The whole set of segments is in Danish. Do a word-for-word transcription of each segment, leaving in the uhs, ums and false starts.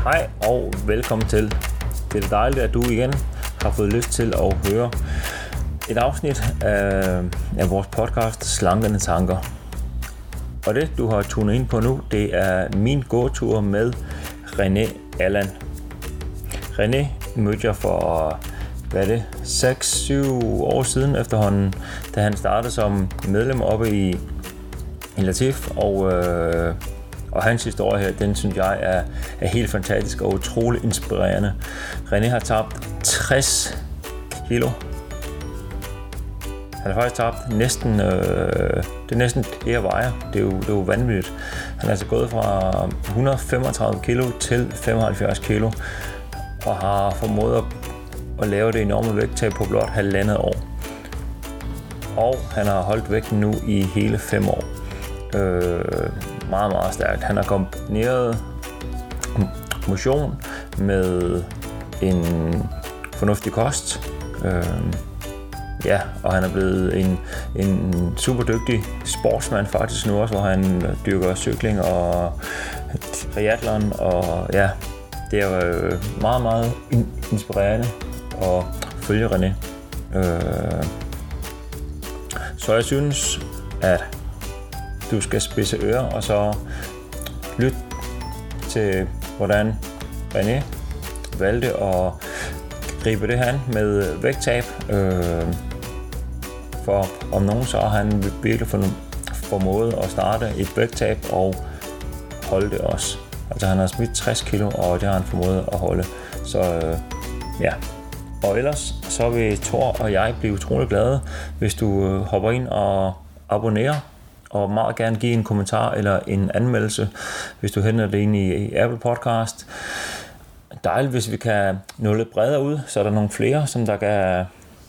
Hej og velkommen til. Det er dejligt, at du igen har fået lyst til at høre et afsnit af, af vores podcast Slankende Tanker. Og det, du har tunet ind på nu, det er min gåtur med René Allan. René mødte jeg for, hvad er det, seks syv år siden efterhånden, da han startede som medlem oppe i, i Latif, og, øh, og hans historie her, den synes jeg er, er helt fantastisk og utrolig inspirerende. René har tabt tres kilo. Han har faktisk tabt næsten, øh, det er næsten det, jeg vejer. Det er jo, det er jo vanvittigt. Han er altså gået fra et hundrede og femogtredive kilo til femoghalvfjerds kilo, og har formået at, at lave det enorme vægttab på blot halvandet år. Og han har holdt vægten nu i hele fem år. Øh, meget, meget stærkt. Han har kombineret motion med en fornuftig kost. Øh, ja, og han er blevet en, en super dygtig sportsmand faktisk nu også, hvor han dyrker cykling og triathlon, og ja, det er jo meget, meget inspirerende at følge René. Øh, så jeg synes, at du skal spidse ører og så lytte til, hvordan René valgte at gribe det han med vægttab. Øh, for om nogen så har han virkelig formået at starte et vægttab og holde det også. Altså han har smidt tres kilo, og det har han formået at holde. Så øh, ja. Og ellers så vil Thor og jeg blive utrolig glade, hvis du øh, hopper ind og abonnerer, og meget gerne give en kommentar eller en anmeldelse, hvis du henter det ind i Apple Podcast. Dejligt, hvis vi kan nå lidt bredere ud, så er der nogle flere, som der kan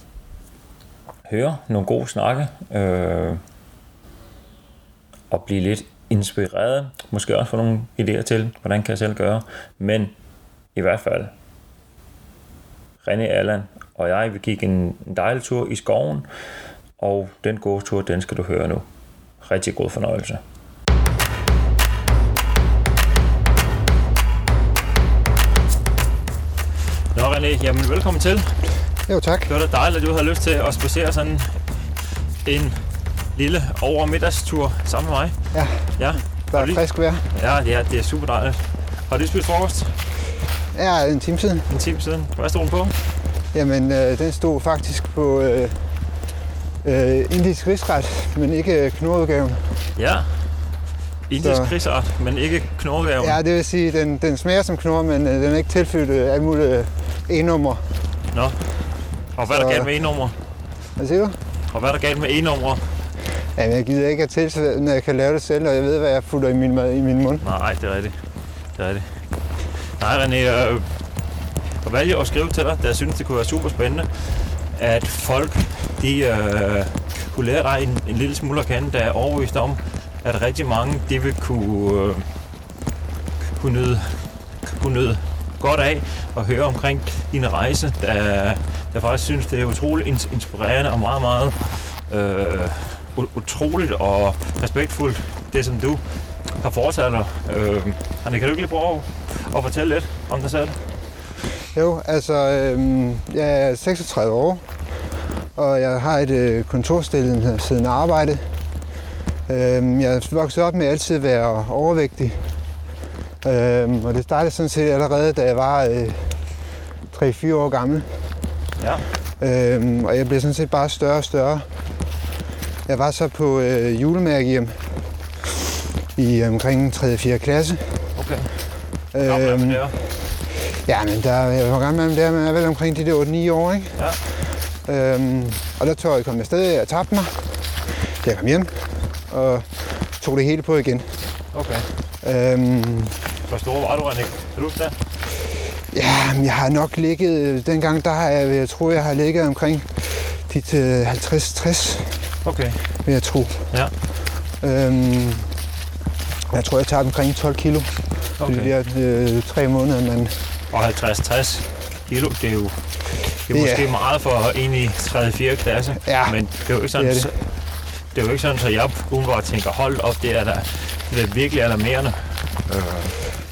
høre nogle gode snakke, øh, og blive lidt inspireret, måske også få nogle idéer til, hvordan kan jeg selv gøre, men i hvert fald, René Allan og jeg vil kigge en dejlig tur i skoven, og den gode tur, den skal du høre nu. Rigtig god fornøjelse. Nå René, jamen velkommen til. Jo tak. Det var da dejligt, at du havde lyst til at spacere sådan en lille overmiddagstur sammen med mig. Ja, ja. Der er frisk vejr. Ja, ja, det er super dejligt. Har du spist frokost? Ja, en time siden. En time siden. Hvad stod den på? Jamen, øh, den stod faktisk på øh, øh, indisk risret, men ikke knurudgaven. Ja, indisk risret, men ikke knurudgaven. Ja, det vil sige, den, den smager som knur, men øh, den er ikke tilfødt øh, alle mulige e-numre. Nå, og hvad er der galt med e-numre? Hvad siger du? Og hvad er der galt med e-numre? Jamen, jeg gider ikke at tilsætte, når jeg kan lave det selv, og jeg ved, hvad jeg putter i min, mad, i min mund. Nej, det er rigtigt. Det er rigtigt. Nej, René, øh, jeg valgte at skrive til dig, da jeg synes, det kunne være super spændende, at folk, de øh, kunne lære dig en, en lille smule at kende, der er overbevist om, at rigtig mange, de vil kunne, øh, kunne, nyde, kunne nyde godt af at høre omkring din rejse, der jeg faktisk synes, det er utroligt inspirerende og meget, meget øh, utroligt og respektfuldt, det som du har foretaget dig. Øh, kan du ikke lige prøve at fortælle lidt om dig selv? Jo, altså, øh, jeg er seksogtredive år, og jeg har et øh, kontorstilling siden arbejde. Øh, jeg er vokset op med at altid være overvægtig, øh, og det startede sådan set allerede, da jeg var øh, tre fire år gammel. Ja. Øh, og jeg blev sådan set bare større og større. Jeg var så på øh, julemærkehjem i omkring tredje fjerde klasse. Okay. Gammel er man der? Ja, men der, jeg var gammel med der, men jeg er vel omkring de der otte ni år, ikke? Ja. Øhm, og der tog jeg kom afsted, og tabte mig. Jeg kom hjem og tog det hele på igen. Okay. Øhm, Hvor stor var du, René? Kan du huske det? Ja, jeg har nok ligget, dengang der har jeg, jeg tror, jeg har ligget omkring de til halvtreds tres. Okay. Vil jeg tro. Ja. Øhm, jeg tror, jeg tager omkring tolv kilo. Okay. Det er øh, tre måneder, men... Og halvtreds til tres kilo, det er jo det er det måske er... meget for en i tredje fjerde klasse. Ja, men det er jo ikke sådan, det er det. Det er jo ikke sådan, at jeg umiddelbart tænker, hold op, det er, der, det er virkelig alarmerende. Øh.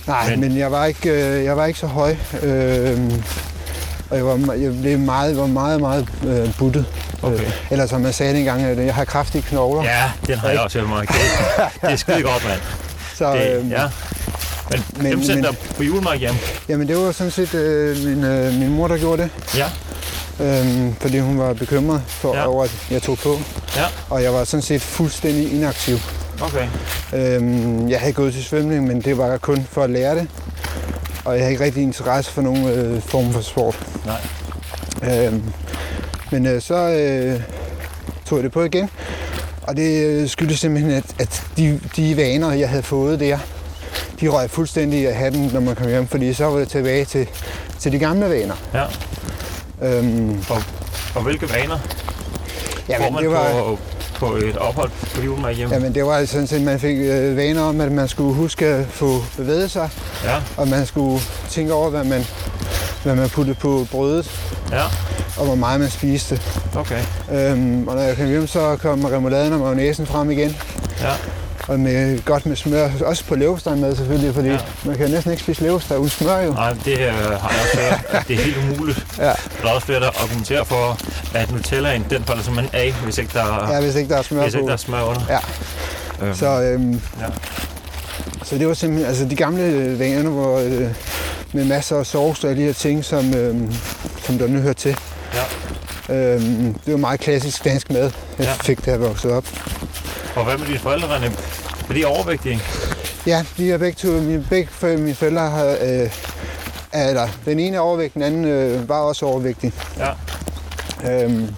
Nej, men, men jeg, var ikke, øh, jeg var ikke så høj. Øh, og jeg var, jeg blev meget, var meget, meget øh, buttet. Okay. Øh, eller som jeg sagde engang, at jeg har kraftige knogler. Ja, den har jeg også hørt mig. Det, det er skide godt, mand. Så, det, øh, ja. Men, men hvem sendte dig på julemark hjem? Jamen det var sådan set øh, min, øh, min mor, der gjorde det. Ja. Øhm, fordi hun var bekymret for, ja. over, at jeg tog på. Ja. Og jeg var sådan set fuldstændig inaktiv. Okay. Øhm, jeg havde gået til svømning, men det var kun for at lære det. Og jeg havde ikke rigtig interesse for nogen øh, form for sport. Nej. Øhm, men øh, så øh, tog jeg det på igen. Og det øh, skyldtes simpelthen, at, at de, de vaner, jeg havde fået der, de røg fuldstændig af hatten, når man kom hjem. Fordi så var det tilbage til, til de gamle vaner. Ja. Øhm, og, og hvilke vaner jamen, får man det var, på, på et ophold på julemark hjem? Jamen det var sådan set, man fik øh, vaner om, at man skulle huske at få bevæget sig. Ja. Og man skulle tænke over, hvad man, hvad man puttede på brødet. Ja. Og hvor meget man spiste. Okay. Øhm, og når jeg kom hjem, så kom remouladen og mayonnaisen frem igen. Ja. Og med, godt med smør, også på leverpostej med selvfølgelig, fordi ja. man kan næsten ikke spise leverpostej uden smør jo. Nej, det øh, har jeg også hørt. Det er helt umuligt. Ja. Der er også flere, der argumenterer for, at Nutellaen, den falder simpelthen af, hvis ikke der, ja, hvis ikke der er smør hvis på. Ikke der er smør under. Ja. Øhm. Så, øhm, ja. så det var simpelthen, altså de gamle vaner, hvor øh, med masser af sovs og de her ting, som, øh, som der nu hører til. Ja. Øhm, det var meget klassisk dansk mad, jeg ja. fik, da jeg voksede op. Og hvad med dine forældre, René? Er de overvægtige? Ja, de er begge to. Mine, begge mine forældre har, øh, eller den ene er overvægtig, den anden øh, var også overvægtig. Ja. Øhm,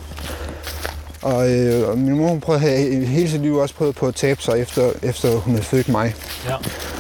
og, øh, og min mor hun prøvede have, hele sit liv også prøvet på at tabe sig, efter, efter hun havde født mig. Ja.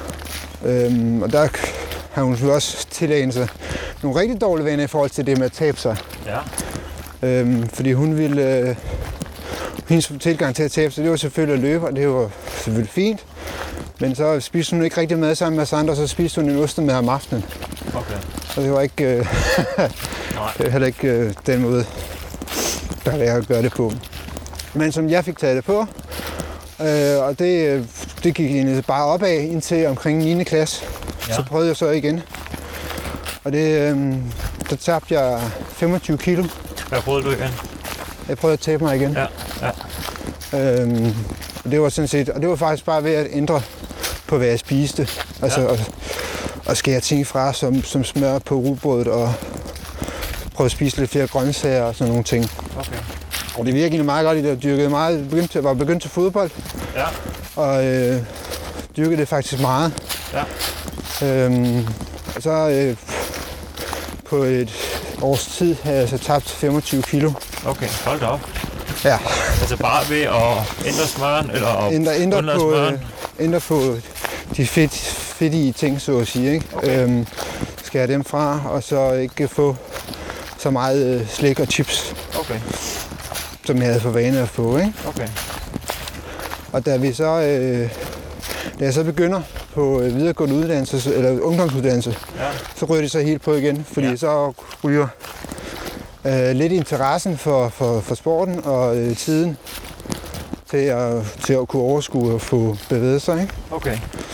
Øhm, og der har hun også tilegnet sig nogle rigtig dårlige vaner i forhold til det med at tabe sig. Ja. Øhm, fordi hun ville... Øh, hendes tilgang til at tabe sig, det var selvfølgelig at løbe, og det var selvfølgelig fint. Men så spiste hun ikke rigtig mad sammen med os andre, så spiste hun en ostemad om aftenen. Okay. Så det var ikke, øh, det var heller ikke øh, den måde, der var at gøre det på. Men som jeg fik taget det på, øh, og det, det gik egentlig bare opad indtil omkring niende klasse. Ja. Så prøvede jeg så igen. Og det, øh, der tabte jeg femogtyve kilo. Hvad prøvede du igen? Jeg prøvede at tabe mig igen. Ja, ja. Øhm, og det var sådan set, og det var faktisk bare ved at ændre på, hvad jeg spiste. Altså ja. at, at skære ting fra, som, som smør på rugbrødet, og prøve at spise lidt flere grøntsager og sådan nogle ting. Okay. Og det virkede meget godt, at jeg dyrkede meget, begyndte til, var begyndt til fodbold. Ja. Og øh, dyrkede det faktisk meget. Ja. Øhm, og så øh, på et års tid havde jeg så tabt femogtyve kilo. Okay, hold da op. Ja. Altså bare ved at ændre smøren, eller ændre, ændre, på, smøren. Øh, ændre på de fedt, fedtige ting, så at sige. Ikke? Okay. Øhm, skære dem fra, og så ikke få så meget øh, slik og chips, okay. som jeg havde for vane at få. Ikke? Okay. Og da vi så, øh, da jeg så begynder på øh, videregående uddannelse, eller ungdomsuddannelse, ja. så ryger det så helt på igen, fordi ja. så ryger øh, lidt interessen for, for, for sporten og øh, tiden til at, til at kunne overskue og få bevæget sig. Ikke? Okay.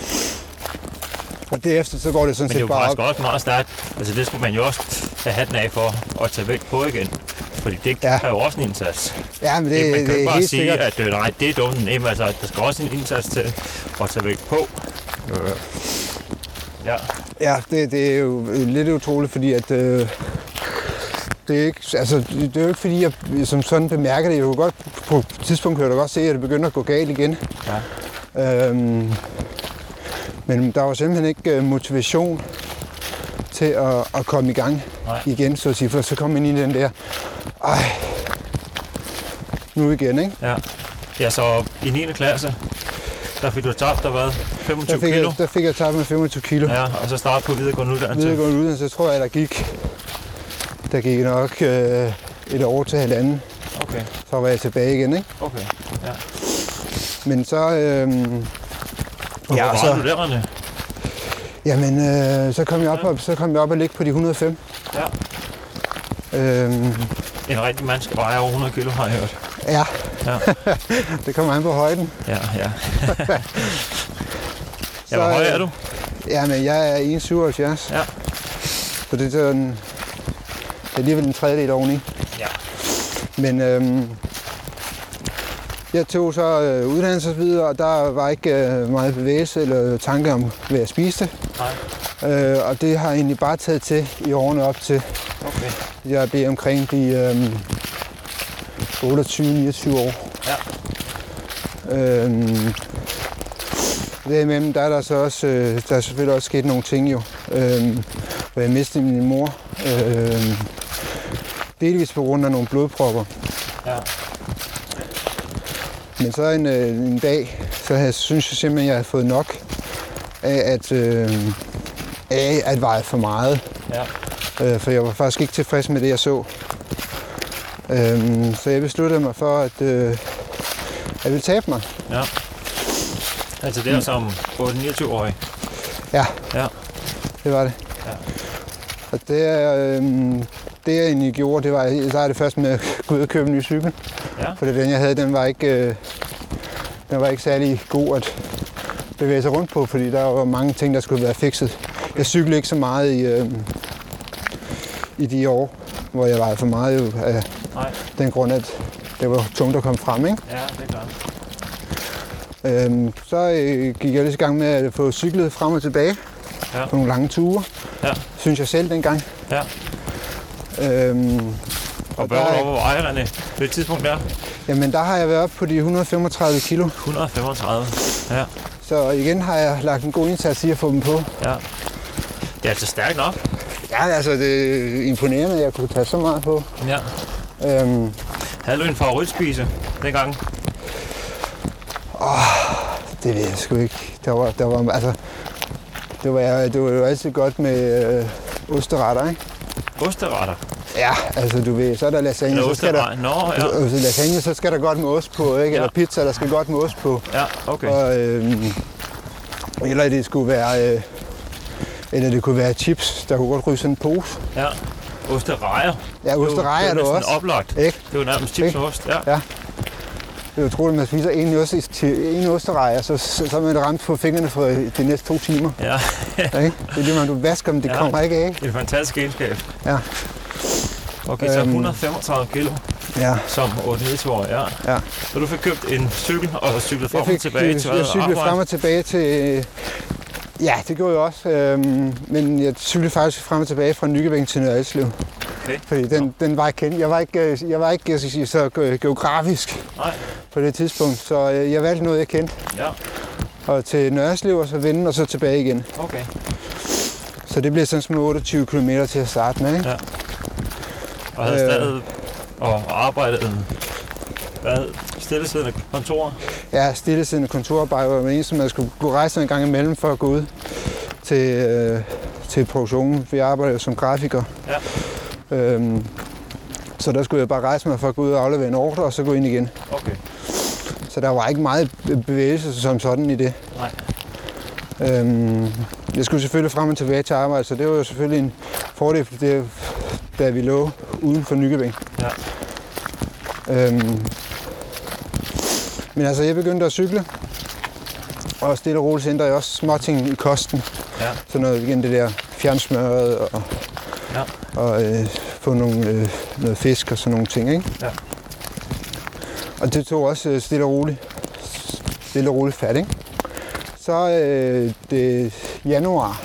Og derefter så går det sådan set bare op. Men det er jo faktisk også meget stærkt. Altså det skulle man jo også have hatten af for at tage vægt på igen. Fordi det ja. er jo også en indsats. Ja, men det, det, man kan det jo er bare helt sige, sikkert. at øh, nej, det er dumt. Nej, altså, der skal også en indsats til at tage vægt på. Øh. Ja. Ja, det, det er jo lidt utroligt, fordi at øh, det er ikke, altså det er jo ikke fordi jeg som sådan bemærker det. Jeg kunne godt på et tidspunkt kan jeg godt se, at det begynder at gå galt igen. Ja. Øhm, men der var simpelthen ikke motivation til at, at komme i gang Nej. igen, så at sige, for så kom man ind i den der, ej, nu igen, ikke? Ja. Ja, så i niende klasse, der fik du tabt, der hvad? femogtyve der fik kilo? Jeg, der fik jeg tabt med femogtyve kilo. Ja, og så starte på videregående uddannelse? Videregående uddannelse, tror jeg, der gik, der gik nok øh, et år til halvanden. Okay. Så var jeg tilbage igen, ikke? Okay, ja. Men så... Øh, Hvor ja, var så, du der, René? Jamen, øh, så kom jeg op, og, så kom jeg op og ligge på de et hundrede og fem. Ja. Øhm, en rigtig mand skal veje over hundrede kilo, har jeg hørt. Ja. ja. Det kommer an på højden. Ja, ja. Ja, hvor høj er du? Ja, men jeg er en komma syvoghalvfjerds. Ja. Så det er sådan... Det er alligevel en tredjedel oveni. Ja. Men øhm, jeg tog så øh, uddannelse og så videre, og der var ikke øh, meget bevægelse eller tanke om, hvad jeg spiste. Nej. Øh, og det har jeg egentlig bare taget til i årene op til. Okay. Jeg blev omkring de øh, otteogtyve niogtyve år. Ja. Øhm, Derimellem der er der så også, øh, der er selvfølgelig også sket nogle ting jo. Øh, hvor jeg mistede min mor. Øh, delvis på grund af nogle blodpropper. Ja. Men så en, øh, en dag, så havde, synes jeg simpelthen, at jeg havde fået nok af at, øh, af at veje for meget. Ja. Øh, for jeg var faktisk ikke tilfreds med det, jeg så. Øh, så jeg besluttede mig for, at øh, jeg ville tabe mig. Ja. Altså det er som otte niogtyve-årig? Ja. Ja. Det var det. Ja. Og det, øh, det jeg egentlig gjorde, det var, så er det først med at gå ud og købe en ny cykel. Ja. For den jeg havde, den var ikke, øh, den var ikke særlig god at bevæge sig rundt på, fordi der var mange ting, der skulle være fikset. Jeg cyklede ikke så meget i, øh, i de år, hvor jeg vejede for meget jo, af Nej. den grund, at det var tungt at komme frem, ikke? Ja, det er klart. Øhm, så øh, gik jeg lidt i gang med at få cyklet frem og tilbage Ja. på nogle lange ture, Ja. synes jeg selv dengang. Ja. Øhm, Og hvad var du oppe på veje, René, på det tidspunkt der? Jamen der har jeg været oppe på de et hundrede og femogtredive kilo, et hundrede og femogtredive. Ja. så igen har jeg lagt en god indsats i at få dem på. Ja. Det er altså stærkt nok. Ja, altså det er imponerende, at jeg kunne tage så meget på. Ja. Øhm, Havde du en favoritspise dengang? det ved jeg sgu ikke. Der var, der var, altså, det var, det var jo altid godt med øh, osteretter, ikke? Osteretter? Ja, altså du ved, så er der lasagne, Eller så skal der, osteretter? Nå, ja. øh, lasagne, så skal der godt med ost på, ikke? Ja. Eller pizza, der skal godt med ost på. Ja, okay. Og, øh, eller det skulle være, øh, eller det kunne være chips, der kunne godt ryge sådan en pose. Ja. Osterejer. Ja, osterejer er det det var også. næsten oplagt. Ikke? Det var nærmest chips og ost. Ja. Ja. Det er utroligt, at man spiser en, ost, en osterejer, så, så, så er man ramt på fingrene for de næste to timer. Ja. Ikke? Det er lige, man du vasker dem, det Ja. kommer ikke af. Det er en fantastisk egenskab. Ja. Okay, så Øhm. et hundrede og femogtredive kilo Ja. som otte niogtyve-årig, ja. Ja. Så du fik købt en cykel og cyklet frem Jeg fik og tilbage til jeg cyklede arbejde? frem og tilbage til... Ja, det gjorde jeg også. Øhm, men jeg cyklede faktisk frem og tilbage fra Nykøbing til Nørre Alslev. Okay. Fordi den, den var ikke kendt. Jeg var ikke, jeg var ikke jeg skal sige, så ge- geografisk Nej. på det tidspunkt, så øh, jeg valgte noget, jeg kendte. Ja, Og til Nørre Alslev, og så vende, og så tilbage igen. okay. Så det blev sådan små otteogtyve kilometer til at starte med, ikke? Ja. Og havde Øh. stadig og arbejdet hvad, stillesiddende kontor? Ja, stillesiddende kontorarbejde var det eneste, man skulle gå rejse en gang imellem for at gå ud til, øh, til produktionen. For jeg arbejder jo som grafiker. Ja. Øhm, så der skulle jeg bare rejse mig for at gå ud og aflevere en ordre, og så gå ind igen. Okay. Så der var ikke meget bevægelse som sådan i det. Nej. Øhm, jeg skulle selvfølgelig frem og tilbage til arbejde, så det var jo selvfølgelig en fordel, for det, da vi lå uden for Nykøbing. Ja. Øhm, men altså, jeg begyndte at cykle, og stille og roligt ændrede jeg også småting i kosten. Ja. Så noget igen det der fjernsmørret og, Ja. og øh, få nogle, øh, noget fisk og sådan nogle ting, ikke? Ja. Og det tog også øh, stille og roligt, stille og roligt fat, ikke? Så øh, det januar.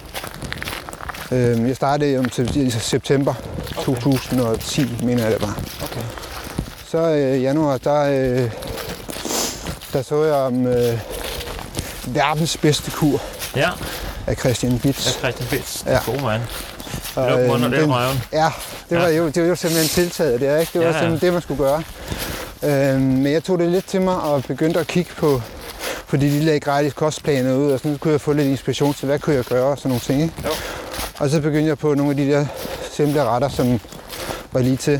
Øh, jeg startede om til september to tusind og ti, mener jeg det var. Okay. Så øh, januar, der, øh, der så jeg om øh, verdens bedste kur Ja, af Christian Bitz. ja Christian Bitz. Ja. God mand. Og, Luk øh, munden og lær den- røven. Ja, det var, Ja. jo, det var jo simpelthen tiltaget der, ikke? Det var Ja, ja. simpelthen det, man skulle gøre. Øh, men jeg tog det lidt til mig og begyndte at kigge på, fordi de lagde gratis kostplaner ud, og sådan kunne jeg få lidt inspiration til, hvad kunne jeg gøre og sådan nogle ting, ikke? Jo. Og så begyndte jeg på nogle af de der simple retter, som var lige til.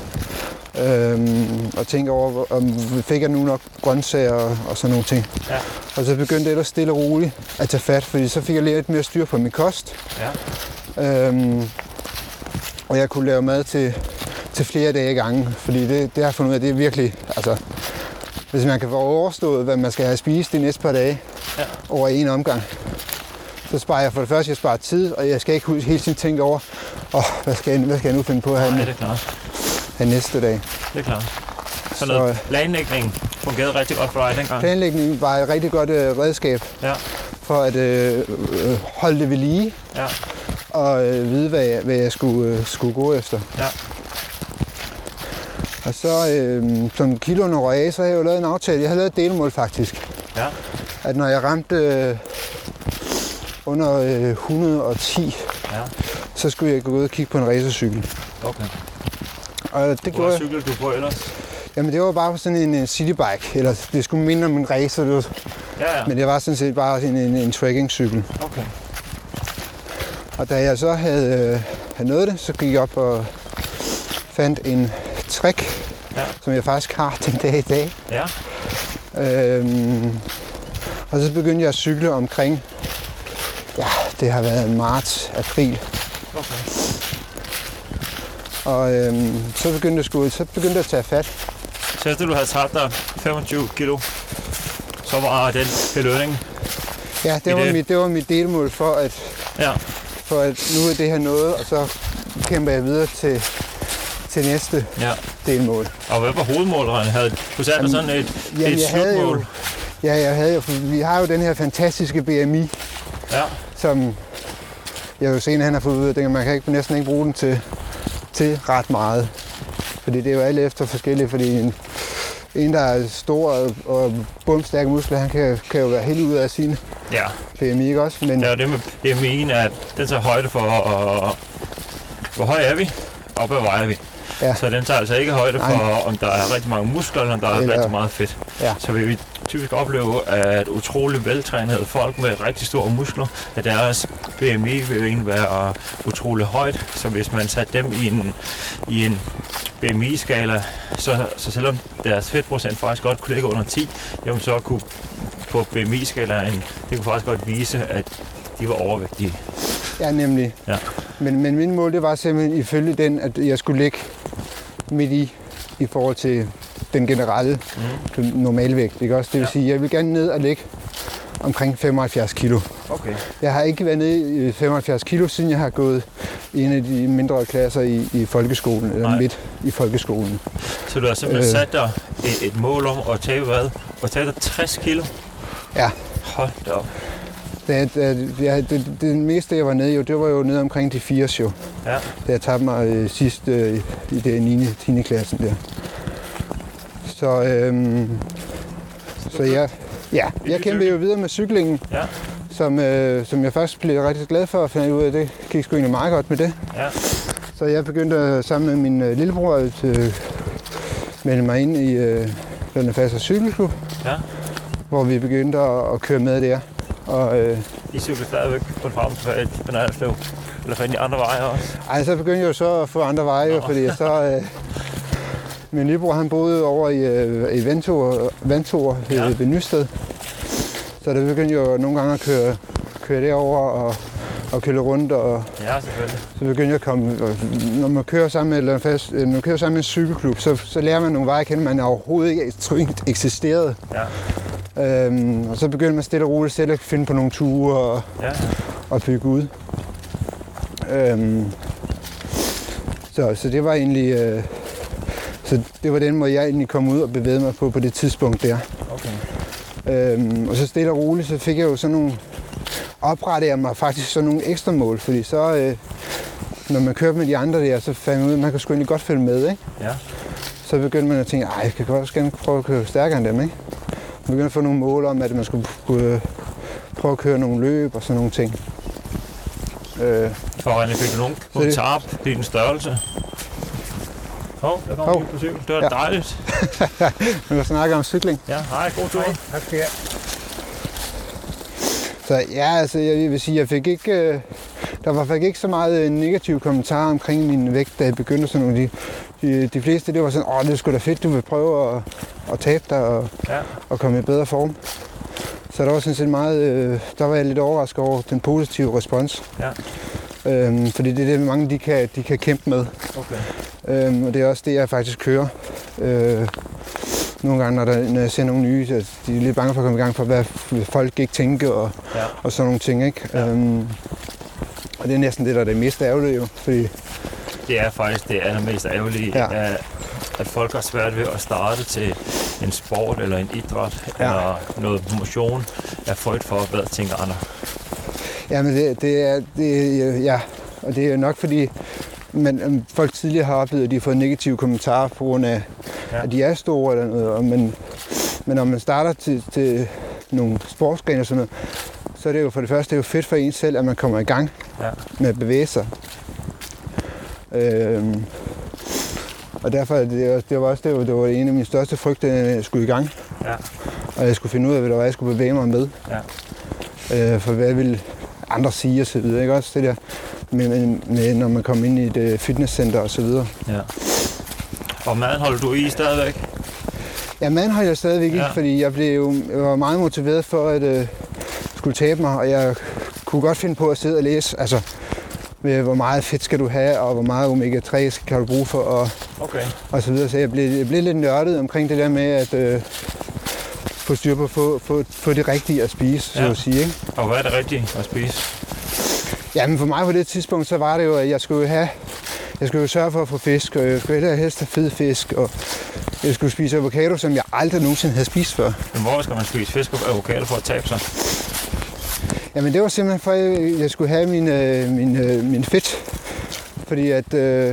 Øhm, og tænke over, hvor- om fik jeg nu nok grøntsager og, og sådan nogle ting. Ja. Og så begyndte jeg ellers stille og roligt at tage fat, fordi så fik jeg lidt mere styr på min kost. Ja. Øhm, og jeg kunne lave mad til, til flere dage i gangen, fordi det, det har jeg fundet ud af, det er virkelig, altså, hvis man kan få overstået, hvad man skal have spist de næste par dage Ja. over en omgang, så sparer jeg for det første, jeg sparer tid, og jeg skal ikke hele tiden tænke over, åh, hvad skal jeg, hvad skal jeg nu finde på her, Nej, det er klart. her næste dag. Det er klart. Så noget planlægning fungerede rigtig godt for dig dengang? Planlægning var et rigtig godt øh, redskab ja. for at øh, øh, holde det ved lige, ja. og øh, vide, hvad jeg, hvad jeg skulle, øh, skulle gå efter. Ja. Og så øh, som kiloen røg af, så har jeg jo lavet en aftale. Jeg har lavet et delmål faktisk. Ja. At når jeg ramte øh, under øh, et hundrede og ti, ja. så skulle jeg gå ud og kigge på en racercykel. Okay. Og det Hvor cykel du på ellers? Jamen det var bare sådan en, en citybike, eller det skulle minde om en racer, det var, ja, ja. men det var sådan set bare en, en, en trekkingcykel. Okay. Og da jeg så havde, øh, havde nået det, så gik jeg op og fandt en trek, ja. som jeg faktisk har den dag i dag. Ja. Øhm, og så begyndte jeg at cykle omkring, ja, det har været marts, april. Okay. Og øhm, så begyndte jeg sgu, så begyndte jeg at tage fat. Så efter du havde tabt dig femogtyve kilo, så var den belønning? Ja, det var, det? Mit, det var mit delmål for at, ja. for at nu er det her noget, og så kæmper jeg videre til, til næste ja. delmål. Og hvad var hovedmålet? Havde du sat dig sådan et, jamen, et slutmål? Jo, ja, jeg havde jo, for vi har jo den her fantastiske B M I, ja. som jeg jo senere han har fået ud af, at man kan ikke, næsten ikke bruge den til, til ret meget. Fordi det er jo alle efter forskellige, fordi en, en der er stor og, og bumstærke muskler, han kan, kan jo være helt ud af sin ja. B M I, ikke også? Men, det er jo det med B M I'en, at den tager højde for, og, hvor høj er vi, og hvad vejer vi. Ja. Så den tager altså ikke højde for, nej. Om der er rigtig mange muskler, eller om der er eller, rigtig meget fedt. Ja. Så vil vi typisk opleve, at utrolig veltrænede folk med rigtig store muskler, at deres B M I vil egentlig være utrolig højt. Så hvis man satte dem i en, i en B M I-skala, så, så selvom deres fedtprocent faktisk godt kunne ligge under ti, jamen så kunne på B M I-skalaen, det kunne faktisk godt vise, at de var overvægtige. Ja, nemlig. Ja. Men, men min mål, det var simpelthen ifølge den, at jeg skulle ligge midt i, i forhold til den generelle mm. normalvægt, ikke også? Det vil ja. sige, at jeg vil gerne ned og ligge omkring femoghalvfjerds kilo. Okay. Jeg har ikke været nede i femoghalvfjerds kilo, siden jeg har gået i en af de mindre klasser i, i folkeskolen, eller Nej. midt i folkeskolen. Så du har simpelthen øh, sat dig et, et mål om at tabe hvad? At tabe dig tres kilo? Ja. Hold da op. Det, det, det, det, det meste, jeg var nede jo, det var jo nede omkring de firs jo. Ja. Da jeg tabte mig øh, sidst øh, i det niende tiende klassen der. Så, øhm, så jeg, ja, jeg kæmpede jo videre med cyklingen, ja. som, øh, som jeg først blev rigtig glad for at finde ud af. Det gik sgu egentlig meget godt med det. Ja. Så jeg begyndte sammen med min øh, lillebror at øh, melde mig ind i øh, den faste cykelklub, ja. hvor vi begyndte at, at køre med der. Og, øh, I cykler stadigvæk på en frem på Nørreslev, eller fandt I andre veje også? Ej, så begyndte jeg jo så at få andre veje, jo, fordi så... Øh, min lillebror, han boede over i, øh, i Vantor, Vantor ja. ved Nysted. Så der begyndte jeg jo nogle gange at køre, køre derover og, og køre rundt. Og, ja, selvfølgelig. Så begyndte jeg at komme... Og, når man kører sammen med, eller fast, når man kører sammen med en cykelklub, så, så lærer man nogle veje at kende, man overhovedet ikke eksisteret. Ja. Øhm, og så begyndte man stille og roligt selv at finde på nogle ture og, ja. og bygge ud. Øhm, så, så det var egentlig... Øh, så det var den måde, jeg egentlig kom ud og bevægede mig på på det tidspunkt der. Okay. Øhm, og så stille og roligt, så fik jeg jo sådan nogle... Oprettede jeg mig faktisk sådan nogle ekstra mål, fordi så... Øh, når man kørte med de andre der, så fandt man ud af, at man kunne sgu egentlig godt følge med, ikke? Ja. Så begyndte man at tænke, ej, jeg kan godt gerne prøve at køre stærkere end dem, ikke? Man begyndte at få nogle mål om, at man skulle prøve at køre nogle løb og sådan nogle ting. Øh, For René, fik du nogen kommentar på din størrelse? Hov, der kommer oh. på cykel. Det var ja. dejligt. Vi vil snakke om cykling. Ja, hej, god tur. Tak skal jeg. Så ja, altså jeg vil sige, jeg fik ikke... Øh, der var faktisk ikke så meget negative kommentarer omkring min vægt, da jeg begyndte sådan nogle. De, de, de fleste, det var sådan, åh, det er sgu da fedt, du vil prøve at, at tabe dig og, ja. og komme i bedre form. Så der var sådan set meget, øh, der var jeg lidt overrasket over den positive respons. Ja. Øhm, fordi det er det, mange de kan, de kan kæmpe med. Okay. Øhm, og det er også det, jeg faktisk kører. Øh, nogle gange, når, der, når jeg ser nogle nye, så de er lidt bange for at komme i gang for, hvad folk ikke tænker og, ja. og sådan nogle ting, ikke? Ja. Øhm, og det er næsten det, der er det mest ærgerlige jo, fordi... Det er faktisk det allermest ærgerlige, ja. at, at folk har svært ved at starte til en sport eller en idræt ja. eller noget motion af frygt for, hvad tænker andre. Ja, men det, det er... Det, ja, og det er nok fordi, man, folk tidligere har oplevet, at de har fået negative kommentarer på grund af, ja. at de er store eller noget, og men, men når man starter til, til nogle sportsgrene og sådan noget, så er det jo for det første det er jo fedt for en selv, at man kommer i gang ja. med at bevæge sig. Øhm, og derfor det, det var også det var, det var en af mine største frygter, at jeg skulle i gang. Ja. Og jeg skulle finde ud af, hvad jeg skulle bevæge mig med. Ja. Øh, for hvad ville andre sige og så videre, ikke også det der med, med, med når man kommer ind i et fitnesscenter og så videre. Ja. Og maden holder du i stadigvæk? Ja, maden holder jeg stadigvæk ja. i, fordi jeg blev jo jeg var meget motiveret for at øh, skulle tabe mig, og jeg kunne godt finde på at sidde og læse, altså med hvor meget fedt skal du have, og hvor meget omega tre kan du bruge for, og, okay. og så videre. Så jeg blev, jeg blev lidt nørdet omkring det der med at øh, få styr på at få, få, få det rigtige at spise, ja. så at sige. Ikke? Og hvad er det rigtige at spise? Jamen for mig på det tidspunkt, så var det jo, at jeg skulle have, jeg skulle jo sørge for at få fisk, og jeg skulle helst have fed fisk, og jeg skulle spise avocado, som jeg aldrig nogensinde havde spist før. Men hvor skal man spise fisk og avocado for at tabe sig? Jamen det var simpelthen for, at jeg skulle have min, øh, min, øh, min fedt. Fordi at, øh,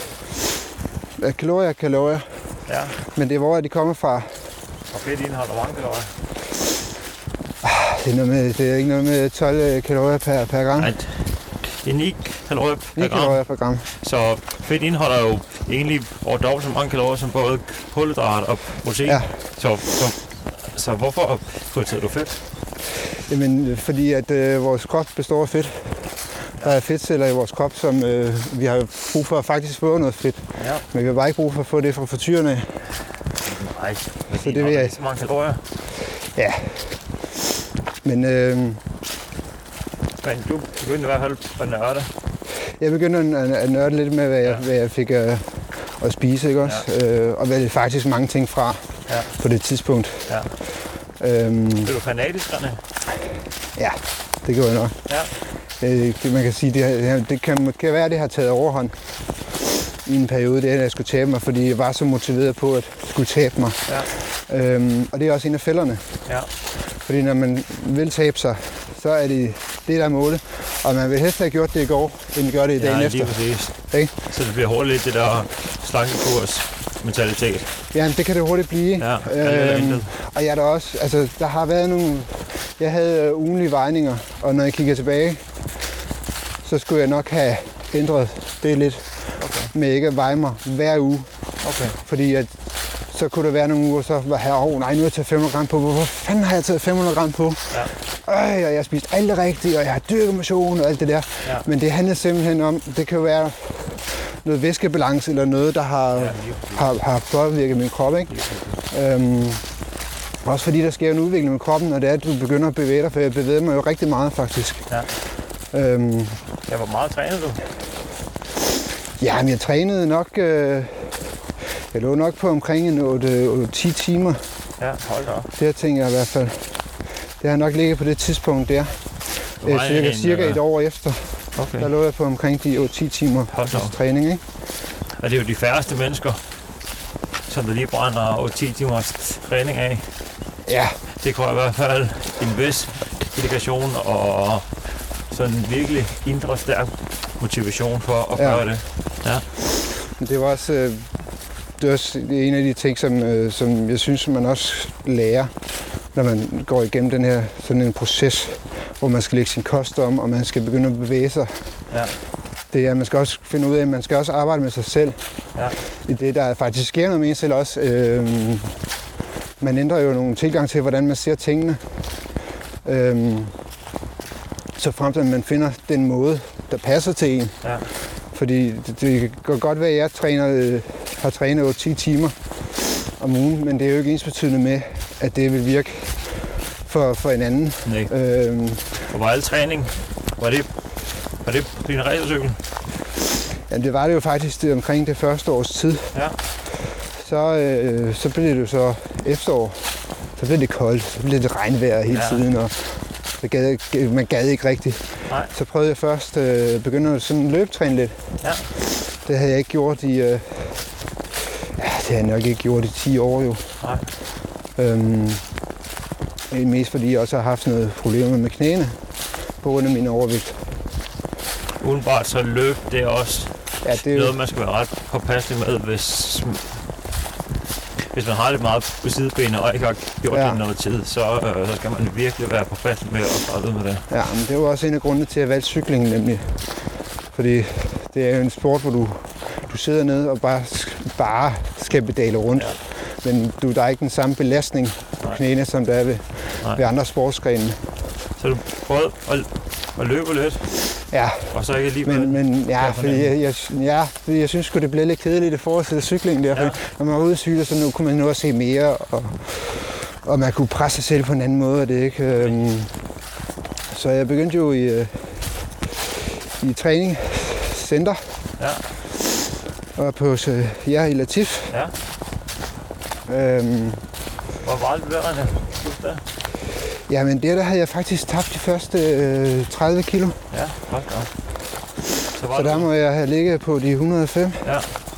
at kalorier er kalorier. Ja. Men det er hvor de kommer fra. Og fedt indeholder mange kalorier? Det er, noget med, det er ikke noget med tolv kalorier per, per gram. Nej, det er ni kalorier per ni gram. kalorier per gram. Så fedt indeholder jo egentlig over dobbelt så mange kalorier som både kulhydrat og protein. Ja. Så, så, så hvorfor prioriterer du fedt? Jamen, fordi at øh, vores krop består af fedt. Der er fedtceller i vores krop, som øh, vi har brug for at faktisk få noget fedt. Ja. Men vi har bare ikke brug for at få det fra frityrene. Nej, men så det vil jeg... så mange kalorier. Ja. Men... Øh, men du begyndte i hvert fald at nørde. Jeg begyndte at, at nørde lidt med, hvad jeg, ja. hvad jeg fik øh, at spise, ikke også? Ja. Øh, og vælge faktisk mange ting fra ja. på det tidspunkt. Ja. Øhm, er du fanatisk, René? Ja, det gør jeg nok. Ja. Øh, det, man kan sige, det, det kan, kan være, at det har taget overhånd i en periode, det at jeg skulle tabe mig, fordi jeg var så motiveret på at skulle tabe mig. Ja. Øhm, og det er også en af fælderne. Ja. Fordi når man vil tabe sig, så er det det, der er målet. Og man vil helst have gjort det i går, end gøre det i dagen ja, efter. Ja, lige præcis. Okay? Så det bliver hurtigt lidt det der slankekurs mentalitet. Ja, det kan det hurtigt blive. Ja, øhm, og jeg der også, altså der har været nogle, jeg havde ugenlige vejninger, og når jeg kigger tilbage, så skulle jeg nok have ændret det lidt okay. med ikke at veje mig hver uge. Okay. Fordi at, så kunne der være nogle uger, så var jeg, åh oh, nej, nu har jeg taget fem hundrede gram på. Hvor fanden har jeg taget fem hundrede gram på? Ja. Øj, og jeg har spist alt det rigtige, og jeg har dyrket motion og alt det der. Ja. Men det handler simpelthen om, det kan jo være noget væskebalance eller noget, der har, ja, har, har påvirket min krop, ikke? Øhm, også fordi der sker en udvikling med kroppen, og det er, at du begynder at bevæge dig, for jeg bevæger mig jo rigtig meget, faktisk. Ja. Øhm, ja, hvor meget trænede du? Ja, men jeg trænede nok, øh, jeg lå nok på omkring en otte til ti timer. Ja, hold da op. Det tænker jeg i hvert fald. Det har nok ligget på det tidspunkt der. Øh, cirka, en, cirka et år efter. Okay. Der lå jeg på omkring de otte til ti timer træning, ikke? Og det er jo de færreste mennesker, som der lige brænder otte til ti timers træning af. Ja. Det kunne i hvert fald en vis dedikation og sådan virkelig indre stærk motivation for at ja. gøre det. Ja. Det var også, det er også en af de ting, som, som jeg synes, man også lærer, når man går igennem den her sådan en proces, hvor man skal lægge sin kost om, og man skal begynde at bevæge sig. Ja. Det er, at man skal også finde ud af, at man skal også arbejde med sig selv. Ja. I det, der faktisk sker noget med en selv også. Øhm, man ændrer jo nogle tilgang til, hvordan man ser tingene. Øhm, så frem til, at man finder den måde, der passer til en. Ja. Fordi det, det kan godt være, at jeg træner, øh, har trænet otte til ti timer om ugen, men det er jo ikke ensbetydende med, at det vil virke for, for en anden. Nej. Øhm, og var al træning, var det, var det på din racercykel? Jamen det var det jo faktisk det, omkring det første års tid. Ja. så, øh, så blev det jo så efterår. Så blev det koldt, så blev det regnvejr hele ja. tiden, og det gad, man gad ikke rigtigt. Nej. Så prøvede jeg først øh, begynde at sådan løbetræne lidt. Ja. Det havde jeg ikke gjort i... Øh, ja, det havde jeg nok ikke gjort i ti år jo. Nej. Øhm, mest fordi jeg også har haft noget problemer med knæene på grund af min overvægt. Udenbart så løb det er også ja, det er noget, jo... man skal være ret påpasselig med, hvis, hvis man har lidt meget på sidebenene og ikke har gjort ja. det noget tid, så, øh, så skal man virkelig være påpasselig med at fare ud med det. Ja, men det er jo også en af grundene til at valgte cyklingen nemlig. Fordi det er jo en sport, hvor du, du sidder ned og bare, bare skal pedale rundt. Ja. Men du, der er ikke den samme belastning på knæene, som der er ved, ved andre sportsgrene. Så du prøvede at, at løbe lidt? Ja. Og så ikke lige men, men ja, fordi jeg, jeg, ja, fordi jeg synes sgu, det blev lidt kedeligt i forhold til cyklingen der. Ja. Når man var ude at cykle, så nu kunne man nå at se mere, og, og man kunne presse sig selv på en anden måde. Det, ikke? Øhm, så jeg begyndte jo i, øh, i træningscenter. Ja. Og på ja, i Latif. Ja. Øhm, Hvor var det der? Jamen der, der havde jeg faktisk tabt de første øh, tredive kilo. Ja, hold da. Så, så der må jeg have ligget på de et hundrede og fem. Ja.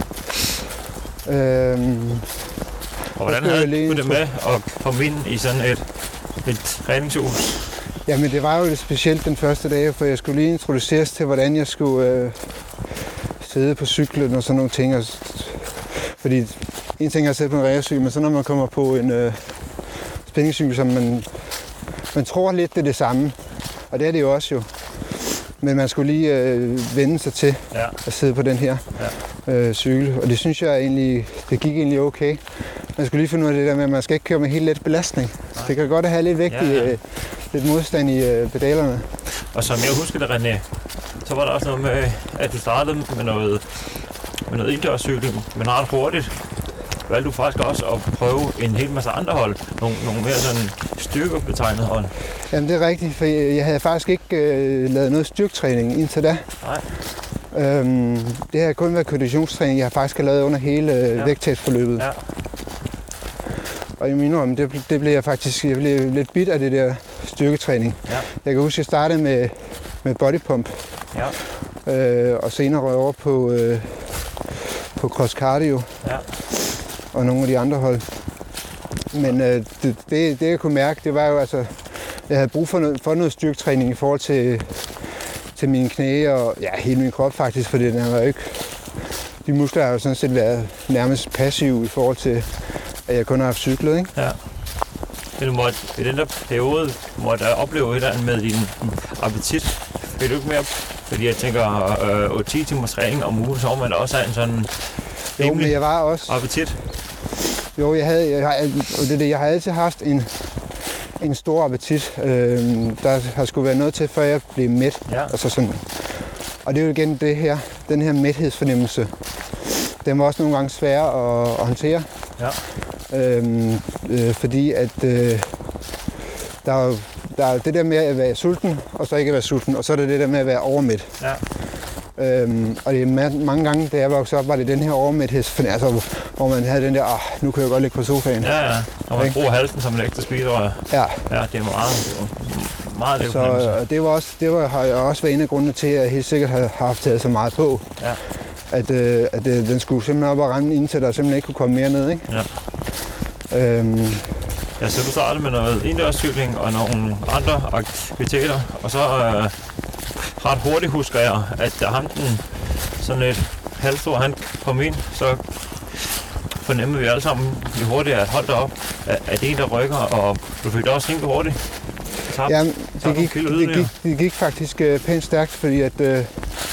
Øhm, og hvordan havde du det med at komme ind i sådan et, et træningshus? Jamen det var jo lidt specielt den første dag, for jeg skulle lige introduceres til, hvordan jeg skulle øh, sidde på cyklen og sådan nogle ting. Og, fordi en ting er at sidde på en racercykel, men så når man kommer på en øh, spændingscykel, som man, man tror lidt det er det samme. Og det er det jo også jo. Men man skulle lige øh, vende sig til ja. at sidde på den her ja. øh, cykel. Og det synes jeg egentlig, det gik egentlig okay. Man skulle lige finde ud af det der med, at man skal ikke køre med helt let belastning. Nej. Det kan godt have lidt vægt ja, ja. i, øh, lidt modstand i øh, pedalerne. Og som jeg husker det, René, så var der også noget med, at du startede med noget, med noget indendørscykling, men ret hurtigt valgte du faktisk også at prøve en hel masse andre hold. Nogle, nogle mere sådan styrkebetegnede hold. Jamen det er rigtigt, for jeg havde faktisk ikke øh, lavet noget styrketræning indtil da. Nej. Øhm, det har kun været konditionstræning, jeg har faktisk lavet under hele øh, ja. vægttabsforløbet. Ja. Og jeg mener om, det, det blev jeg faktisk jeg blev lidt bit af det der styrketræning. Ja. Jeg kan huske, at jeg startede med, med bodypump. Ja. Øh, og senere røg over på, øh, på cross cardio. Ja. Og nogle af de andre hold. Men øh, det, det, det jeg kunne mærke, det var jo altså, jeg havde brug for noget, for noget styrketræning i forhold til, til mine knæ og ja, hele min krop faktisk, fordi den var jo ikke, de muskler har jo sådan set været nærmest passive i forhold til, at jeg kun har haft cyklet, ikke? Ja. Men du måtte, i den der periode måtte jeg opleve et eller andet med din appetit. Fik du ikke mere? Fordi jeg tænker, øh, otte til ti timers træning om ugen, så var man også have en sådan jo, men jeg var også appetit. Jo, jeg havde, jeg, har, det, det, jeg har altid haft en, en stor appetit. Øhm, der har skulle være noget til, før jeg blev mæt. Ja. Altså sådan. Og det er jo igen det her, den her mæthedsfornemmelse. Den var også nogle gange svær at, at håndtere. Ja. Øhm, øh, fordi at øh, der er der er det der med at være sulten, og så ikke at være sulten, og så er det det der med at være overmæt. Ja. Øhm, og det er mange gange, da jeg voksede op, var det den her overmæthedsfornemmelse, altså, hvor man havde den der, ah, nu kan jeg godt ligge på sofaen. Ja, ja. Og man bruger halsen som en ekstra speedrør. Ja. Ja, det er meget, meget det. Så øh, det var også, det var, har jeg også været en af grundene til, at jeg helt sikkert har haft taget så meget på. Ja. At, øh, at øh, den skulle simpelthen op og ramme, indtil der simpelthen ikke kunne komme mere ned, ikke? Ja. Øhm, ja, så du startede med noget indendørscykling og nogle andre aktiviteter, og så øh, ret hurtigt husker jeg, at da ham den sådan et halvstor, han kom ind, så fornemmede vi alle sammen lige hurtigt, at hold da op, at det en, der rykker, og du fik det også rimelig hurtigt. Tab, ja, det gik, det, gik, det gik faktisk øh, pænt stærkt, fordi at, øh,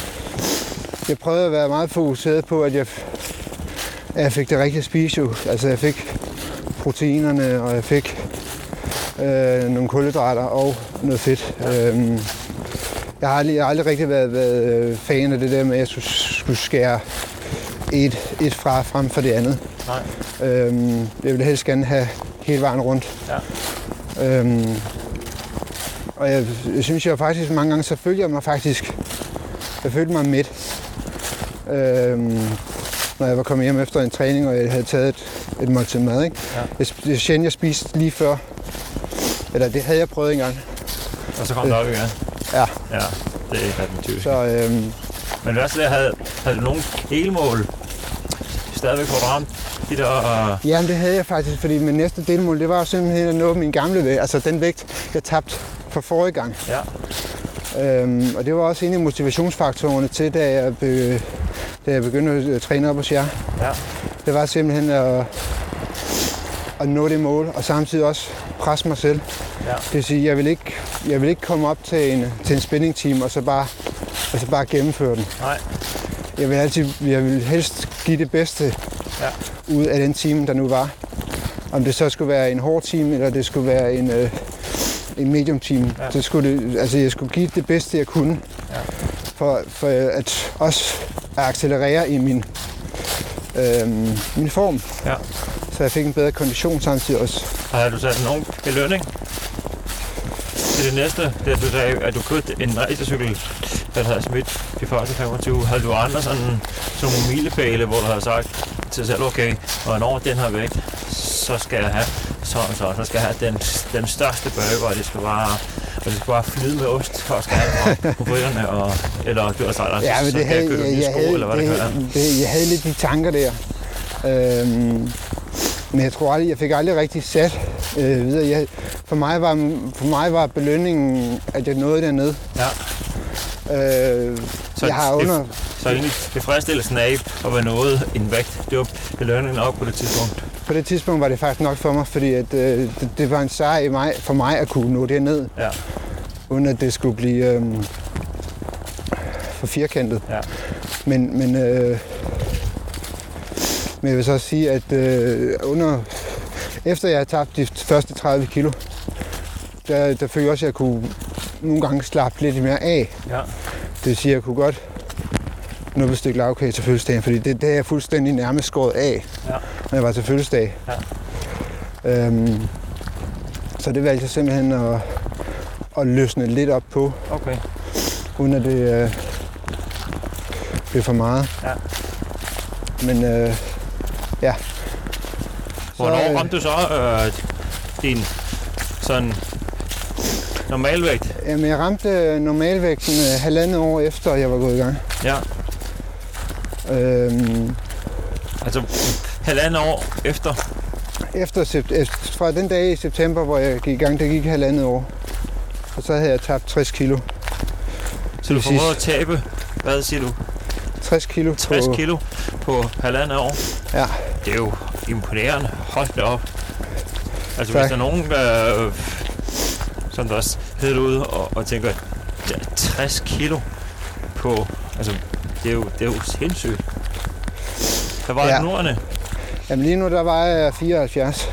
jeg prøvede at være meget fokuseret på, at jeg, at jeg fik det rigtige at spise jo. Altså jeg fik proteinerne, og jeg fik øh, nogle kulhydrater og noget fedt. Ja. Øhm, jeg, har aldrig, jeg har aldrig rigtig været, været fan af det der med, at jeg skulle, skulle skære et, et fra frem for det andet. Nej. Øhm, jeg ville helst gerne have hele vejen rundt. Ja. Øhm, og jeg, jeg synes, jeg faktisk mange gange, så følte jeg mig faktisk, jeg følte mig midt. Øhm, når jeg var kommet hjem efter en træning, og jeg havde taget et, et måltid mad. Ikke? Ja. Det, det er sjældent, jeg spiste lige før. Eller det havde jeg prøvet engang. Og så kom det op igen? Ja. Ja, det er den typisk. Så, øhm, Men hvad så der, havde, havde du nogle delmål stadigvæk, hvor du ramte de der... Uh... Jamen det havde jeg faktisk, fordi min næste delmål, det var jo simpelthen at nå min gamle vægt, altså den vægt, jeg tabte for forrige gang. Ja. Øhm, og det var også en af motivationsfaktorerne til, da jeg, be, da jeg begyndte at træne op hos jer. Ja. Det var simpelthen at, at nå det mål, og samtidig også presse mig selv. Ja. Det vil sige, jeg vil ikke, jeg vil ikke komme op til en, til en spinning team og så bare, og så bare gennemføre den. Nej. Jeg vil altid, jeg vil helst give det bedste ja. ud af den team, der nu var. Om det så skulle være en hård team, eller det skulle være en, øh, en medium team. Ja. Så skulle det, altså jeg skulle give det bedste, jeg kunne. Ja. For, for at også at accelerere i min, øh, min form. Ja. Så jeg fik en bedre kondition samtidig også. Og har du sat nogen belønning til det næste? Det du sagde, at du købte en racercykel, der havde smidt de første femogtyve. Havde du andre sådan, sådan nogle milepæle, hvor du havde sagt til selv, okay, og når den her vægt, så skal jeg have så og så, så skal jeg have den, den største burger, og det skal bare, og det skal bare flyde med ost, og skal have på bryggerne, og eller du har sagt, altså, ja, men så det skal havde, jeg købe jeg, nye jeg sko, havde, eller hvad det, det, det kan være. Det, jeg havde lidt de tanker der. Øhm, men jeg tror aldrig, jeg fik aldrig rigtig sat øh, videre. Jeg, for, mig var, for mig var belønningen, at jeg nåede dernede. Ja. Øh, så jeg har under... Det, så egentlig tilfredsstillelsen af at være nået en vægt, det var belønningen op på det tidspunkt? På det tidspunkt var det faktisk nok for mig, fordi at, øh, det, det var en sejr i mig, for mig at kunne nå derned. Ja. Uden at det skulle blive øh, for firkantet. Ja. Men, men, øh, men jeg vil så sige, at øh, under, efter jeg havde tabt de første tredive kilo, der, der følte jeg også, at jeg kunne nogle gange slappe lidt mere af. Ja. Det vil sige, at jeg kunne godt nå et stykke lavkage til fødselsdagen, fordi det, det er jeg fuldstændig nærmest skåret af, ja. når jeg var til fødselsdag. Ja. Øhm, så det valgte jeg simpelthen at, at løsne lidt op på, okay. uden at det øh, blev for meget. Ja. Men øh, ja. Hvornår ramte du så øh, din sådan normalvægt? Jamen, jeg ramte normalvægten øh, halvandet år efter, jeg var gået i gang. Ja. Øhm, altså halvandet år efter? Efter, fra den dag i september, hvor jeg gik i gang, det gik halvandet år. Og så havde jeg tabt tres kilo. Så du formåede at tabe, hvad siger du? tres kilo. tres på, kilo på halvandet år? Ja. Det er jo imponerende. Hold da op. Altså tak. Hvis der er nogen, der, øh, som der også hedder ud og, og tænker, ja, tres kilo på, altså det er jo, det er jo sindssygt. Hvad var ja. det norderne? Jamen lige nu der var jeg fireoghalvfjerds.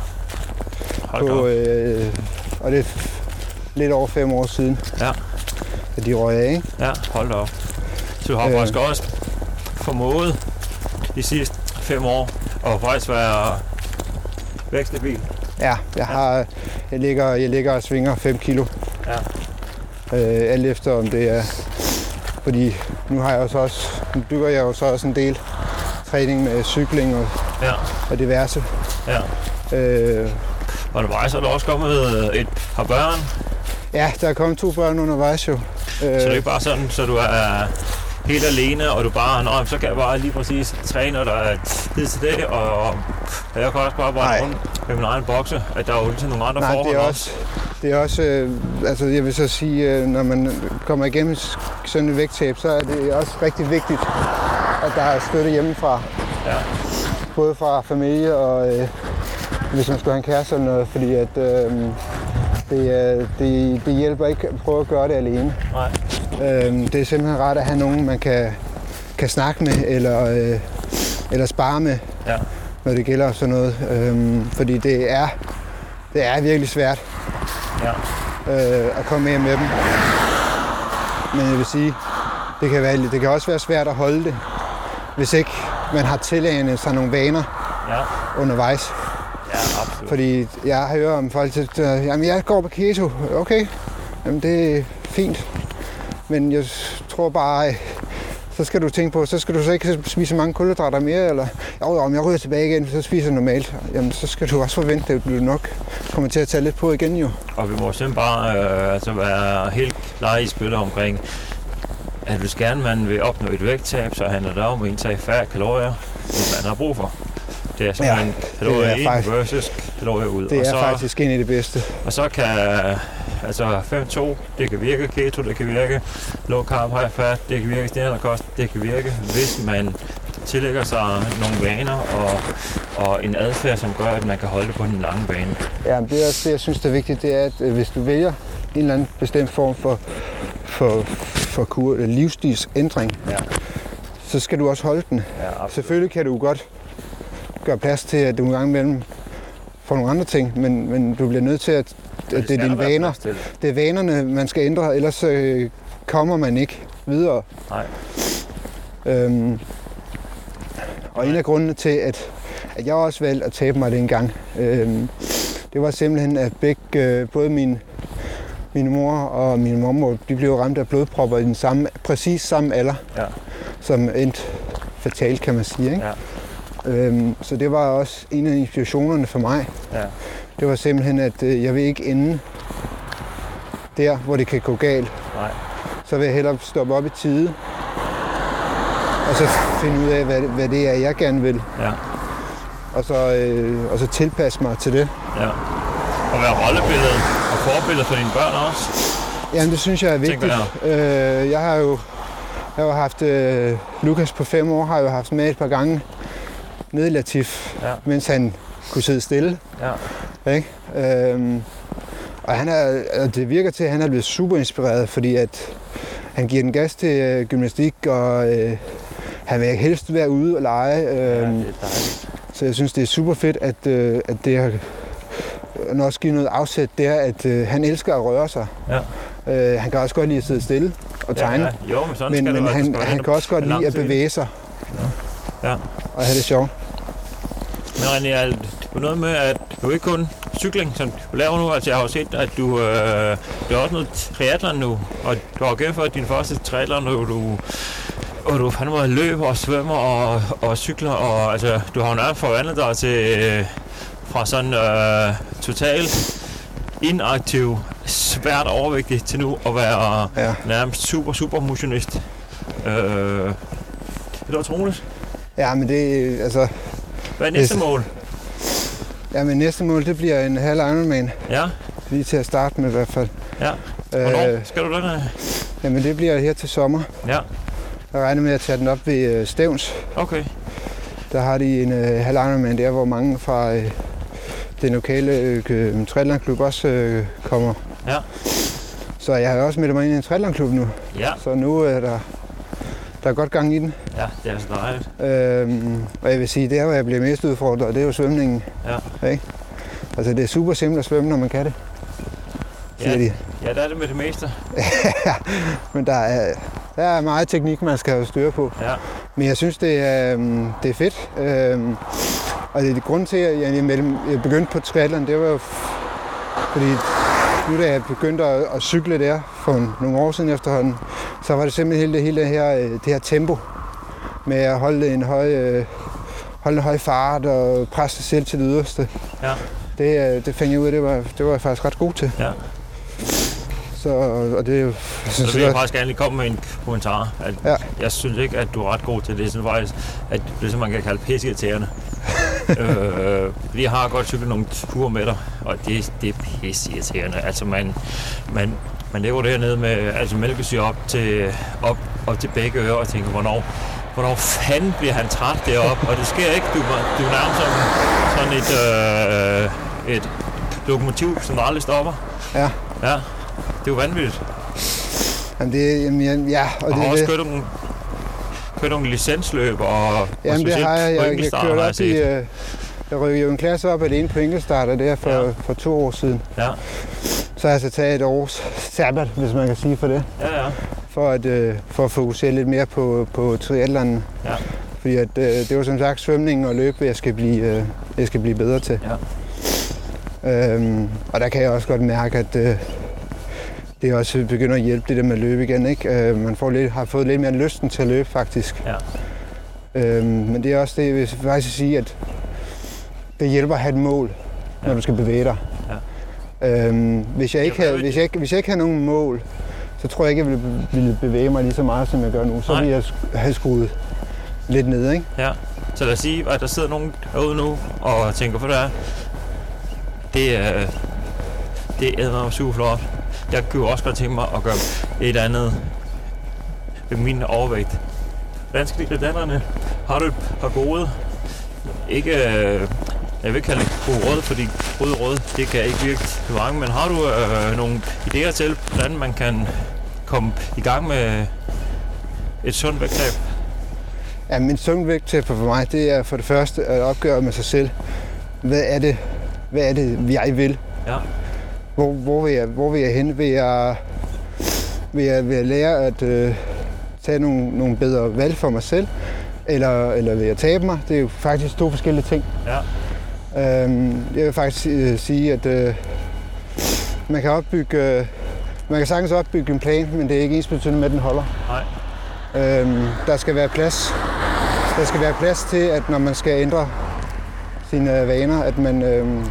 Hold på, øh, og det er lidt over fem år siden, ja. at de røg af, ikke? Ja, hold da op. Så du har øh. faktisk også formået de sidste fem år at faktisk være vækstabil. Ja, jeg har, jeg ligger, jeg ligger og svinger fem kilo. Ja. Øh, alt efter om det er, fordi nu har jeg også, også nu bygger jeg jo så også en del træning med cykling og, ja. og diverse. Ja. Øh, undervejs er der også kommet et par børn. Ja, der er kommet to børn undervejs jo. Så det er ikke bare sådan, så du er helt alene, og du bare, nå, så kan jeg bare lige præcis træne, og der er tid til det, og, og jeg kan også bare bare rundt med min egen bokse, at der er jo ligesom nogle andre Nej, forhold det er også. Det er også, øh, altså jeg vil så sige, øh, når man kommer igennem sådan et vægttab, så er det også rigtig vigtigt, at der er støtte hjemmefra. Ja. Både fra familie og øh, hvis man skulle have en kæreste eller noget, fordi at øh, det, det, det hjælper ikke at prøve at gøre det alene. Nej. Øh, det er simpelthen rart at have nogen, man kan, kan snakke med eller, øh, eller spare med, ja. når det gælder sådan noget. Øh, fordi det er, det er virkelig svært ja. øh, at komme med med dem. Men jeg vil sige, det kan, være, det kan også være svært at holde det, hvis ikke man har tilegnet sig nogle vaner ja. undervejs. Ja, absolut. Fordi jeg hører om folk, at jamen, jeg går på keto. Okay, jamen, det er fint. Men jeg tror bare, så skal du tænke på, så skal du så ikke spise mange kulhydrater mere, eller jo, jo, om jeg ryger tilbage igen, så spiser jeg normalt. Jamen, så skal du også forvente, at du nok kommer til at tage lidt på igen jo. Og vi må simpelthen bare øh, altså være helt klare i spillet omkring, at hvis gerne man vil opnå et vægttab, så handler det om at indtage færre kalorier, end man har brug for. Det er simpelthen ja, kalorier ind faktisk, versus kalorier ud. Det er og så, faktisk en af det bedste. Og så kan altså fem to, det kan virke, keto, det kan virke, low carb, high fat, det kan virke, standardkost, det kan virke, hvis man tillægger sig nogle vaner og, og en adfærd, som gør, at man kan holde det på den lange bane. Ja, det er også det, jeg synes er vigtigt, det er, at hvis du vælger en eller anden bestemt form for, for, for kur, livsstilsændring, ja. så skal du også holde den. Ja, selvfølgelig kan du godt gøre plads til, at du en gang imellem får nogle andre ting, men, men du bliver nødt til, at, at det, det er dine vaner. Det er vanerne, man skal ændre, ellers øh, kommer man ikke videre. Nej. Øhm, og en af grundene til, at, at jeg også valgte at tabe mig dengang, øhm, det var simpelthen, at begge, øh, både min, min mor og min mormor, de blev ramt af blodpropper i den samme, præcis samme alder, ja. som endte fatalt, kan man sige. Ikke? Ja. Øhm, så det var også en af inspirationerne for mig. Ja. Det var simpelthen, at øh, jeg vil ikke ende der, hvor det kan gå galt. Nej. Så vil jeg hellere stoppe op i tide, og så finde ud af, hvad, hvad det er, jeg gerne vil. Ja. Og, så, øh, og så tilpasse mig til det. Ja. Og være rollebillede og forbillede for dine børn også. Jamen, det synes jeg er vigtigt. Jeg, øh, jeg har jo jeg har haft, øh, Lukas på fem år har jeg jo haft med et par gange nede i Latif, ja. mens han kunne sidde stille. Ja. Ikke? Øhm, og han er, det virker til, at han er blevet super inspireret, fordi at han giver den gas til øh, gymnastik, og øh, han vil helst være ude og lege. Øh, ja, det er dejligt. Så jeg synes, det er super fedt, at, øh, at det har og også give noget afsæt, det er, at øh, han elsker at røre sig. Ja. Øh, han kan også godt lide at sidde stille og tegne, ja, ja. Jo, men, sådan men, men det han, han kan også godt lide at bevæge sig. Ja. Ja. Og have det sjovt. Men René, det er noget med, at du ikke kun cykling, som du laver nu. Altså, jeg har jo set, at du, øh, du har også noget triathlon nu, og du har gennemført din første triathlon, og du, og du fandme løber og svømmer og, og cykler, og altså, du har jo nærmest forvandlet dig til øh, fra sådan øh, totalt inaktiv, svært overvægtig til nu at være ja. nærmest super, super motionist. Øh, det er utroligt. Ja, men det altså... Hvad er næste det, mål? Ja, men næste mål, det bliver en halv Ironman. Ja. Lige til at starte med i hvert fald. Ja. Hvornår øh, skal du den? Jamen, det bliver her til sommer. Ja. Jeg regner med at tage den op ved øh, Stevns. Okay. Der har de en øh, halv Ironman der, hvor mange fra øh, den lokale øh, triathlonklub også øh, kommer. Ja. Så jeg har også meldt mig ind i en triathlonklub nu. Ja. Så nu er der, der er godt gang i den. Ja, det er så dejligt. Øhm, og jeg vil sige, det er, hvor jeg bliver mest udfordret, det er jo svømningen. Ja. Ikke? Altså, det er super simpelt at svømme, når man kan det. Ja, de. Ja, der er det med det meste. Ja, men der er, der er meget teknik, man skal have styr på. Ja. Men jeg synes, det er, det er fedt. Øhm, og det er grund til, at jeg, jeg begyndte på triathlon, det var jo fordi nu da jeg begyndte at, at cykle der for nogle år siden efterhånden, så var det simpelthen hele det, hele det, her, det her tempo med at holde en høj, holde en høj fart og presse sig selv til det yderste. Ja. Det, det fandt jeg ud af, det var, det var jeg faktisk ret god til. Ja. Så, og det er jo... Så vil jeg faktisk gerne lige komme med en kommentar. At ja. Jeg synes ikke, at du er ret god til det. Jeg synes faktisk, at det er, som man kan kalde pisseirriterende. øh, fordi jeg har godt cyklet nogle ture med dig, og det, det er pisseirriterende. Altså man, man, man lever dernede med altså mælkesyre op til, op, op til begge ører og tænker, hvornår, hvornår fanden bliver han træt deroppe? Og det sker ikke. Du, du er nærmest som sådan et, øh, et lokomotiv, som aldrig stopper. Ja. Ja. Det er jo vanvittigt. Jamen det, jamen, ja, og, og det har også kørt nogle, kørt nogle licensløb og, jamen, og det har jeg. Jeg, jeg kørte op i, øh, jeg rykkede jo en klasse op alene på enkeltstarter der for, ja. for to år siden. Ja. Så har jeg så taget et års sabbat, hvis man kan sige for det. Ja, ja. For at, øh, for at fokusere lidt mere på, på triathlonen. Ja. Fordi at, øh, det var som sagt svømning og løb, jeg skal blive, øh, jeg skal blive bedre til. Ja. Øhm, og der kan jeg også godt mærke, at øh, det er også begynder at hjælpe det der med at løbe igen, ikke? Øh, man får lidt, har fået lidt mere lysten til at løbe, faktisk. Ja. Øh, men det er også det, jeg vil faktisk sige, at det hjælper at have et mål, ja. når du skal bevæge dig. Ja. Øh, hvis, jeg ikke havde, hvis, jeg ikke, hvis jeg ikke havde nogen mål, så tror jeg ikke, jeg ville, ville bevæge mig lige så meget, som jeg gør nu. Så ville jeg have skruet lidt ned, ikke? Ja. Så lad os sige, at der sidder nogen derude nu og tænker på det her. Det er, det er super flot. Jeg kunne også godt tænke mig at gøre et andet ved min overvægt. Hvordan skal de danerne? Har du et par gode? Ikke, jeg vil ikke kalde det gode råd, fordi gode råd, det kan ikke virke til mange, men har du øh, nogle idéer til, hvordan man kan komme i gang med et sundt vægttab? Ja, min sundt vægttab for mig, det er for det første at opgøre med sig selv. Hvad er det, hvad er det jeg vil? Ja. Hvor, hvor, vil jeg, hvor vil jeg hen? Vil jeg, vil jeg, vil jeg lære at øh, tage nogle, nogle bedre valg for mig selv? Eller, eller vil jeg tabe mig? Det er jo faktisk to forskellige ting. Ja. Øhm, jeg vil faktisk øh, sige, at øh, man kan opbygge, øh, man kan sagtens opbygge en plan, men det er ikke ensbetydende med, at den holder. Nej. Øhm, der skal være plads. Der skal være plads til, at når man skal ændre sine vaner, at man, øhm,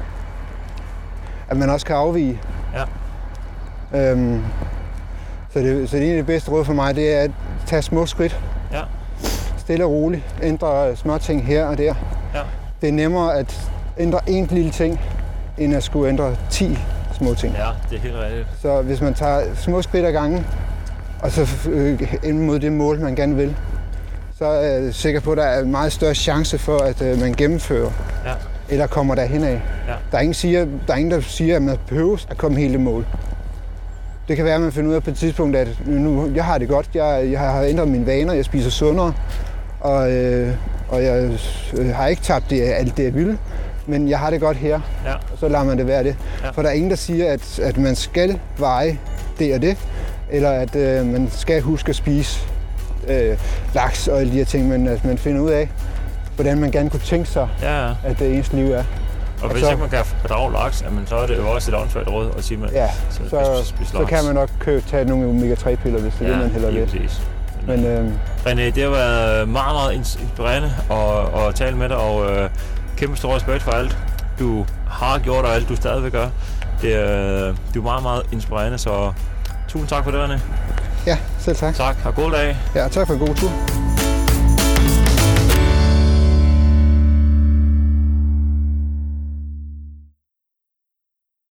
at man også kan afvige. Ja. Øhm, så, det, så det ene af de bedste råd for mig, det er at tage små skridt. Ja. Stille og roligt. Ændre små ting her og der. Ja. Det er nemmere at ændre en lille ting, end at skulle ændre ti små ting. Ja, det er helt rigtigt. Så hvis man tager små skridt ad gangen, og så øh, ind mod det mål, man gerne vil, så er jeg sikker på, at der er en meget større chance for, at øh, man gennemfører, ja. eller kommer derhen af. Ja. Der er ingen, siger, der er ingen, der siger, at man behøver at komme helt i mål. Det kan være, at man finder ud af på et tidspunkt, at nu, jeg har det godt, jeg, jeg har ændret mine vaner, jeg spiser sundere, og, øh, og jeg øh, har ikke tabt det, alt det, jeg ville, men jeg har det godt her, ja. og så lader man det være det. Ja. For der er ingen, der siger, at, at man skal veje det og det, eller at øh, man skal huske at spise øh, laks og alle de her ting, men at man finder ud af, hvordan man gerne kunne tænke sig, ja. at det ens liv er. Og hvis så, ikke man kan fordrage laks, jamen, så er det jo også et åndssvagt råd at sige, at ja, så, så, så kan man nok købe, tage nogle omega tre piller, hvis det er ja, det, man hælder lidt. Men, øh, René, det har været meget, meget inspirerende at, at tale med dig, og øh, kæmpe stor respekt for alt, du har gjort, og alt, du stadig vil gøre. Det er, du er meget, meget inspirerende, så tusind tak for det, René. Ja, selv tak. Tak, og god dag. Ja, tak for en god tur.